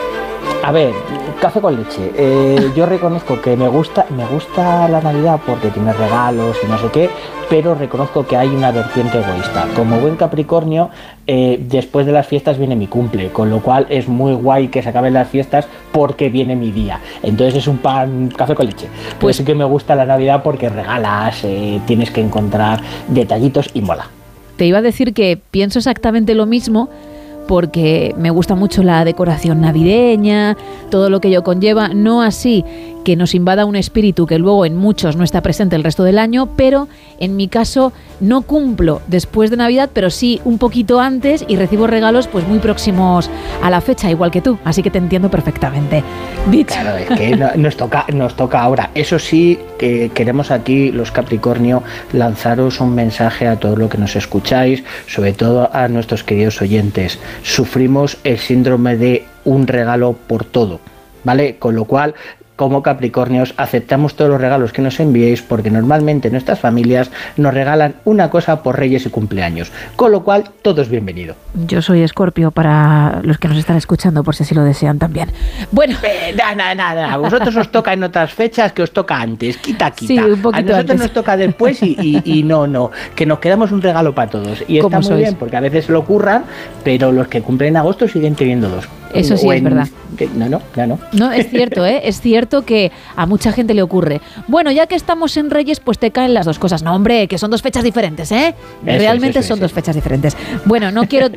A ver, café con leche. Yo reconozco que me gusta la Navidad porque tiene regalos y no sé qué, pero reconozco que hay una vertiente egoísta. Como buen Capricornio, después de las fiestas viene mi cumple, con lo cual es muy guay que se acaben las fiestas porque viene mi día. Entonces es un café con leche. Pues sí que me gusta la Navidad porque regalas, tienes que encontrar detallitos y mola. Te iba a decir que pienso exactamente lo mismo, porque me gusta mucho la decoración navideña, todo lo que ello conlleva, no así que nos invada un espíritu que luego en muchos no está presente el resto del año, pero en mi caso no cumplo después de Navidad, pero sí un poquito antes, y recibo regalos pues muy próximos a la fecha, igual que tú, así que te entiendo perfectamente. Dicho. Claro, es que nos toca ahora. Eso sí, que queremos aquí, los Capricornio, lanzaros un mensaje a todos los que nos escucháis, sobre todo a nuestros queridos oyentes. Sufrimos el síndrome de un regalo por todo, ¿vale? Con lo cual, como Capricornios, aceptamos todos los regalos que nos enviéis, porque normalmente nuestras familias nos regalan una cosa por Reyes y cumpleaños, con lo cual todo es bienvenido. Yo soy Escorpio, para los que nos están escuchando, por si así lo desean también. Bueno, nada, vosotros os toca en otras fechas, que os toca antes, quita. Sí, un poquito a nosotros antes. Nos toca después y no, que nos quedamos un regalo para todos, y está muy bien, porque a veces lo curran, pero los que cumplen en agosto siguen teniendo dos. Eso sí es verdad. No. No, es cierto, es cierto que a mucha gente le ocurre. Bueno, ya que estamos en Reyes, pues te caen las dos cosas. No, hombre, que son dos fechas diferentes, ¿eh? Realmente son dos fechas diferentes. Bueno,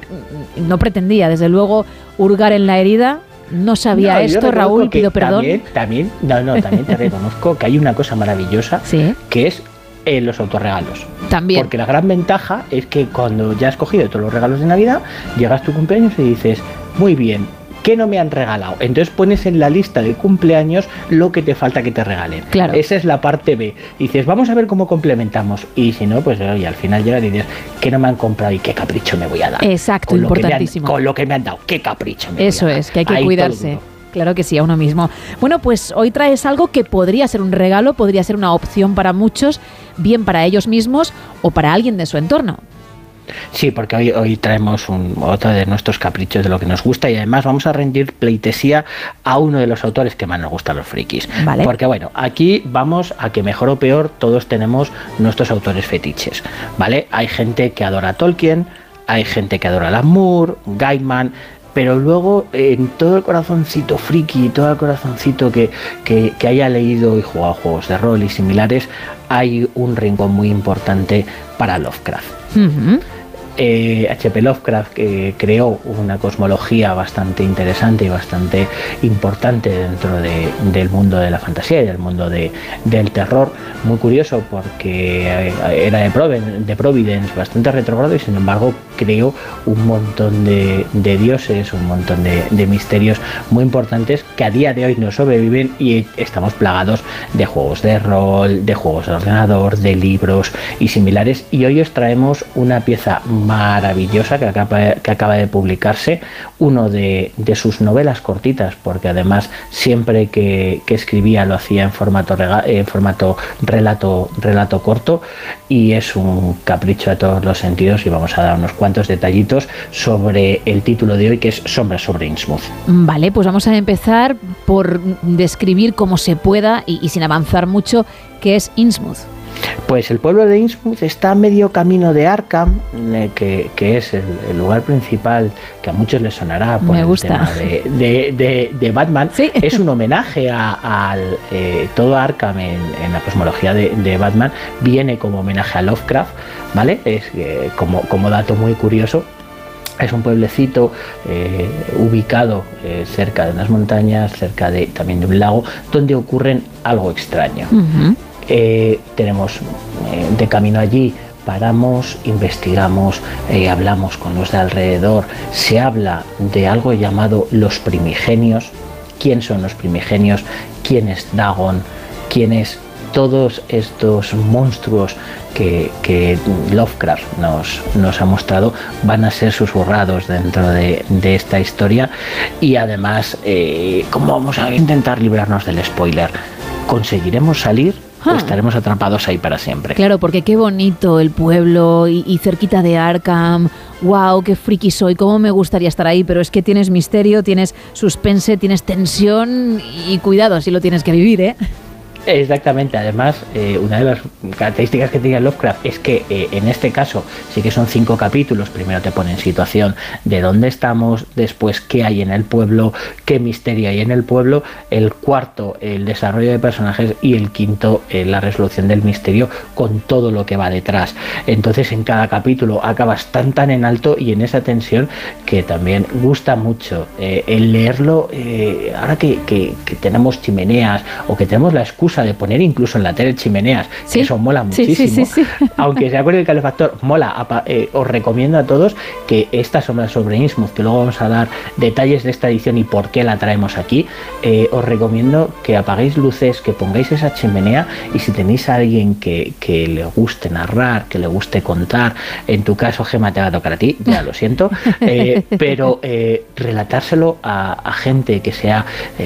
no pretendía, desde luego, hurgar en la herida. No sabía esto, Raúl, pido perdón. También te reconozco que hay una cosa maravillosa, ¿sí? Que es los autorregalos. También. Porque la gran ventaja es que cuando ya has cogido todos los regalos de Navidad, llegas a tu cumpleaños y dices, muy bien, ¿qué no me han regalado? Entonces pones en la lista de cumpleaños lo que te falta que te regalen. Claro. Esa es la parte B. Y dices, vamos a ver cómo complementamos. Y si no, pues oye, al final llegas y dices, ¿qué no me han comprado y qué capricho me voy a dar? Exacto, importantísimo. Con lo que me han dado, ¿qué capricho me voy a dar? Eso es, que hay que cuidarse. Claro que sí, a uno mismo. Bueno, pues hoy traes algo que podría ser un regalo, podría ser una opción para muchos, bien para ellos mismos o para alguien de su entorno. Sí, porque hoy traemos otro de nuestros caprichos de lo que nos gusta, y además vamos a rendir pleitesía a uno de los autores que más nos gustan los frikis. Vale. Porque bueno, aquí vamos a que mejor o peor todos tenemos nuestros autores fetiches, ¿vale? Hay gente que adora a Tolkien, hay gente que adora a Alan Moore, Gaiman, pero luego en todo el corazoncito friki, todo el corazoncito que haya leído y jugado juegos de rol y similares, hay un rincón muy importante para Lovecraft. Uh-huh. H.P. Lovecraft creó una cosmología bastante interesante y bastante importante dentro del mundo de la fantasía y del mundo del terror. Muy curioso porque era de Providence, bastante retrógrado, y sin embargo creó un montón de dioses, un montón de misterios muy importantes que a día de hoy no sobreviven, y estamos plagados de juegos de rol, de juegos de ordenador, de libros y similares. Y hoy os traemos una pieza maravillosa que acaba de publicarse, uno de sus novelas cortitas, porque además siempre que escribía lo hacía en formato relato corto, y es un capricho a todos los sentidos, y vamos a dar unos cuantos detallitos sobre el título de hoy, que es Sombras sobre Innsmouth. Vale, pues vamos a empezar por describir como se pueda y sin avanzar mucho qué es Innsmouth. Pues el pueblo de Innsmouth está a medio camino de Arkham, que es el lugar principal que a muchos les sonará por el tema de Batman. ¿Sí? Es un homenaje a todo Arkham en la cosmología de Batman, viene como homenaje a Lovecraft, ¿vale? Es como dato muy curioso. Es un pueblecito ubicado cerca de unas montañas, cerca también de un lago, donde ocurren algo extraño. Uh-huh. Tenemos de camino allí, paramos, investigamos, hablamos con los de alrededor, se habla de algo llamado los primigenios. ¿Quién son los primigenios? ¿Quién es Dagon? ¿Quién es todos estos monstruos que Lovecraft nos ha mostrado? Van a ser susurrados dentro de esta historia, y además, ¿cómo vamos a intentar librarnos del spoiler? ¿Conseguiremos salir o estaremos atrapados ahí para siempre? Claro, porque qué bonito el pueblo y cerquita de Arkham. ¡Wow! ¡Qué friki soy! ¿Cómo me gustaría estar ahí? Pero es que tienes misterio, tienes suspense, tienes tensión y cuidado si lo tienes que vivir, ¿eh? Exactamente, además una de las características que tenía Lovecraft es que en este caso sí que son 5 capítulos. Primero te pone en situación de dónde estamos, después qué hay en el pueblo, qué misterio hay en el pueblo, el cuarto el desarrollo de personajes y el quinto la resolución del misterio con todo lo que va detrás. Entonces en cada capítulo acabas tan en alto y en esa tensión que también gusta mucho el leerlo. Ahora que tenemos chimeneas o que tenemos la excusa de poner incluso en la tele chimeneas, ¿sí? Que eso mola muchísimo, sí. Aunque sea con el calefactor, mola. Os recomiendo a todos que esta Sombra sobre Innsmouth, que luego vamos a dar detalles de esta edición y por qué la traemos aquí, os recomiendo que apaguéis luces, que pongáis esa chimenea, y si tenéis a alguien que le guste narrar, que le guste contar, en tu caso Gemma te va a tocar a ti, ya lo siento, pero relatárselo a gente que sea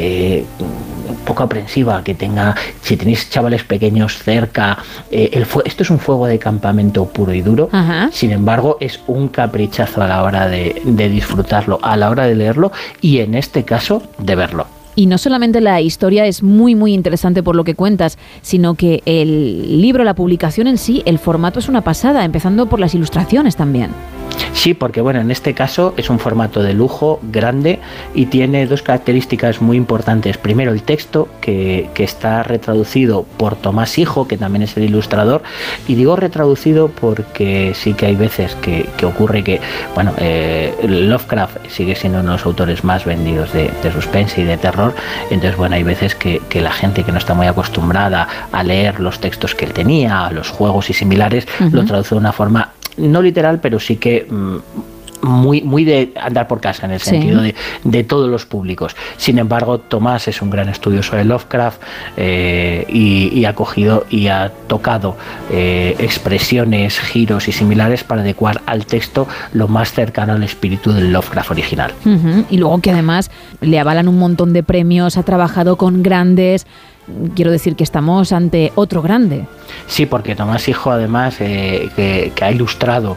poco aprensiva, que tenga, si tenéis chavales pequeños cerca, esto es un fuego de campamento puro y duro. Ajá. Sin embargo es un caprichazo a la hora de disfrutarlo, a la hora de leerlo y en este caso de verlo. Y no solamente la historia es muy interesante por lo que cuentas, sino que el libro, la publicación en sí, el formato es una pasada, empezando por las ilustraciones también. Sí, porque bueno, en este caso es un formato de lujo, grande, y tiene 2 características muy importantes. Primero, el texto, que está retraducido por Tomás Hijo, que también es el ilustrador, y digo retraducido porque sí que hay veces que ocurre que, bueno, Lovecraft sigue siendo uno de los autores más vendidos de suspense y de terror. Entonces, bueno, hay veces que la gente que no está muy acostumbrada a leer los textos que él tenía, los juegos y similares, lo traduce de una forma no literal, pero sí que muy de andar por casa, en el sentido de todos los públicos. Sin embargo, Tomás es un gran estudioso de Lovecraft y ha cogido y ha tocado expresiones, giros y similares para adecuar al texto lo más cercano al espíritu del Lovecraft original. Y luego que además le avalan un montón de premios, ha trabajado con grandes. Quiero decir que estamos ante otro grande. Sí, porque Tomás Hijo, además, que ha ilustrado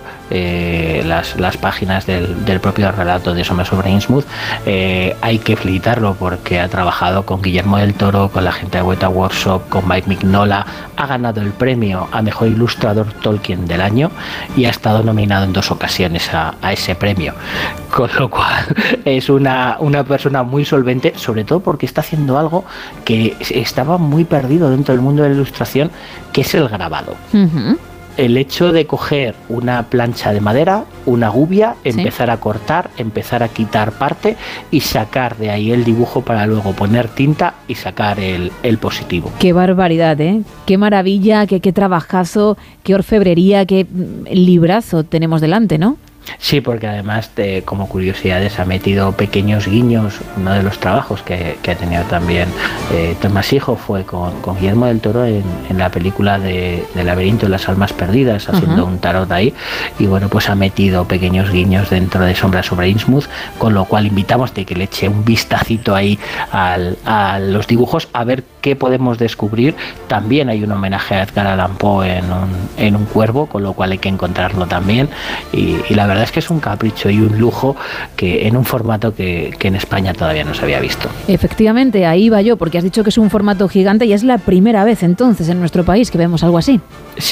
las páginas del propio relato de Sombra sobre Innsmouth, hay que felicitarlo porque ha trabajado con Guillermo del Toro, con la gente de Weta Workshop, con Mike Mignola, ha ganado el premio a Mejor Ilustrador Tolkien del año y ha estado nominado en 2 ocasiones a ese premio. Con lo cual es una persona muy solvente, sobre todo porque está haciendo algo que estaba muy perdido dentro del mundo de la ilustración, que es el grabado. El hecho de coger una plancha de madera, una gubia, empezar a cortar, empezar a quitar parte y sacar de ahí el dibujo para luego poner tinta y sacar el positivo. Qué barbaridad, ¿eh? Qué maravilla, qué trabajazo, qué orfebrería, qué librazo tenemos delante, ¿no? Sí, porque además, como curiosidades, ha metido pequeños guiños. Uno de los trabajos que ha tenido también Tomás Hijo fue con Guillermo del Toro en la película de Laberinto de las Almas Perdidas, haciendo un tarot ahí. Y bueno, pues ha metido pequeños guiños dentro de Sombra sobre Innsmouth, con lo cual invitamos de que le eche un vistacito ahí a los dibujos, a ver qué podemos descubrir. También hay un homenaje a Edgar Allan Poe en un cuervo, con lo cual hay que encontrarlo también, y la verdad es que es un capricho y un lujo que en un formato que en España todavía no se había visto. Efectivamente, ahí va yo, porque has dicho que es un formato gigante y es la primera vez entonces en nuestro país que vemos algo así.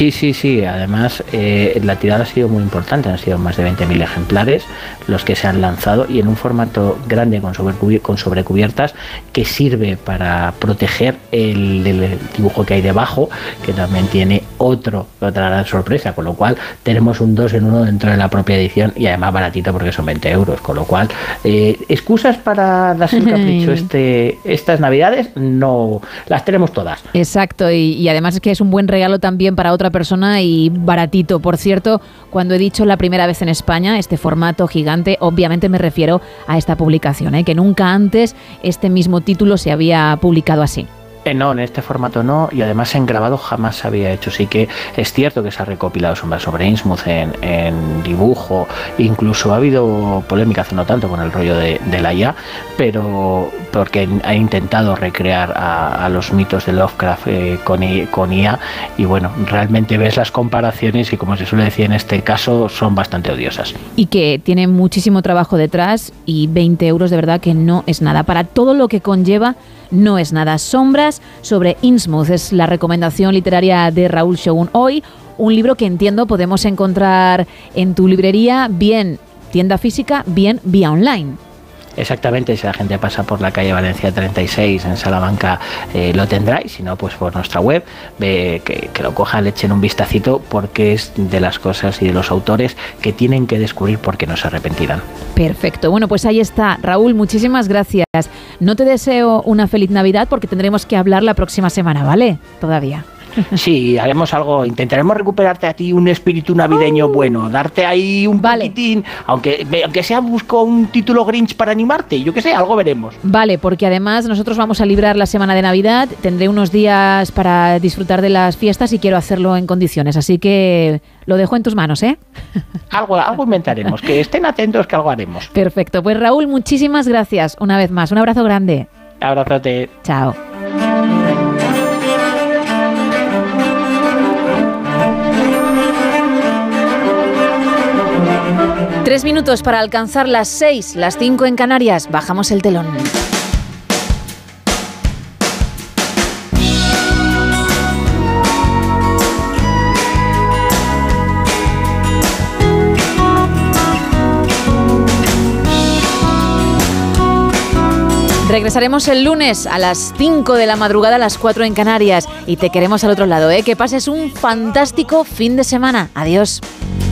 Sí, además la tirada ha sido muy importante, han sido más de 20.000 ejemplares los que se han lanzado, y en un formato grande con sobrecubiertas, que sirve para proteger el dibujo que hay debajo, que también tiene otra gran sorpresa, con lo cual tenemos un 2 en 1 dentro de la propia edición, y además baratito porque son 20 euros, con lo cual excusas para darse el capricho estas navidades no las tenemos todas. Exacto, y además es que es un buen regalo también para otra persona y baratito. Por cierto, cuando he dicho la primera vez en España, este formato gigante, obviamente me refiero a esta publicación, que nunca antes este mismo título se había publicado así. No, en este formato no, y además en grabado jamás se había hecho. Sí que es cierto que se ha recopilado sombras sobre Innsmouth en dibujo, incluso ha habido polémica hace no tanto con el rollo de la IA, pero porque ha intentado recrear a los mitos de Lovecraft con IA, y bueno, realmente ves las comparaciones y, como se suele decir en este caso, son bastante odiosas. Y que tiene muchísimo trabajo detrás, y 20 euros de verdad que no es nada. Para todo lo que conlleva, no es nada. Sombras sobre Innsmouth es la recomendación literaria de Raúl Shogun hoy, un libro que entiendo podemos encontrar en tu librería, bien tienda física, bien vía online. Exactamente, si la gente pasa por la calle Valencia 36 en Salamanca lo tendrá, y si no, pues por nuestra web, que lo cojan, le echen un vistacito, porque es de las cosas y de los autores que tienen que descubrir porque no se arrepentirán. Perfecto, bueno, pues ahí está. Raúl, muchísimas gracias. No te deseo una feliz Navidad porque tendremos que hablar la próxima semana, ¿vale? Todavía. Sí, haremos algo, intentaremos recuperarte a ti un espíritu navideño bueno, darte ahí un poquitín, aunque sea busco un título Grinch para animarte, yo que sé, algo veremos. Vale, porque además nosotros vamos a librar la semana de Navidad, tendré unos días para disfrutar de las fiestas y quiero hacerlo en condiciones, así que lo dejo en tus manos, ¿eh? Algo inventaremos, que estén atentos que algo haremos. Perfecto, pues Raúl, muchísimas gracias una vez más, un abrazo grande. Abrazote. Chao. Tres minutos para alcanzar las 6, las 5 en Canarias. Bajamos el telón. Regresaremos el lunes a las 5 de la madrugada, a las 4 en Canarias. Y te queremos al otro lado, ¿eh? Que pases un fantástico fin de semana. Adiós.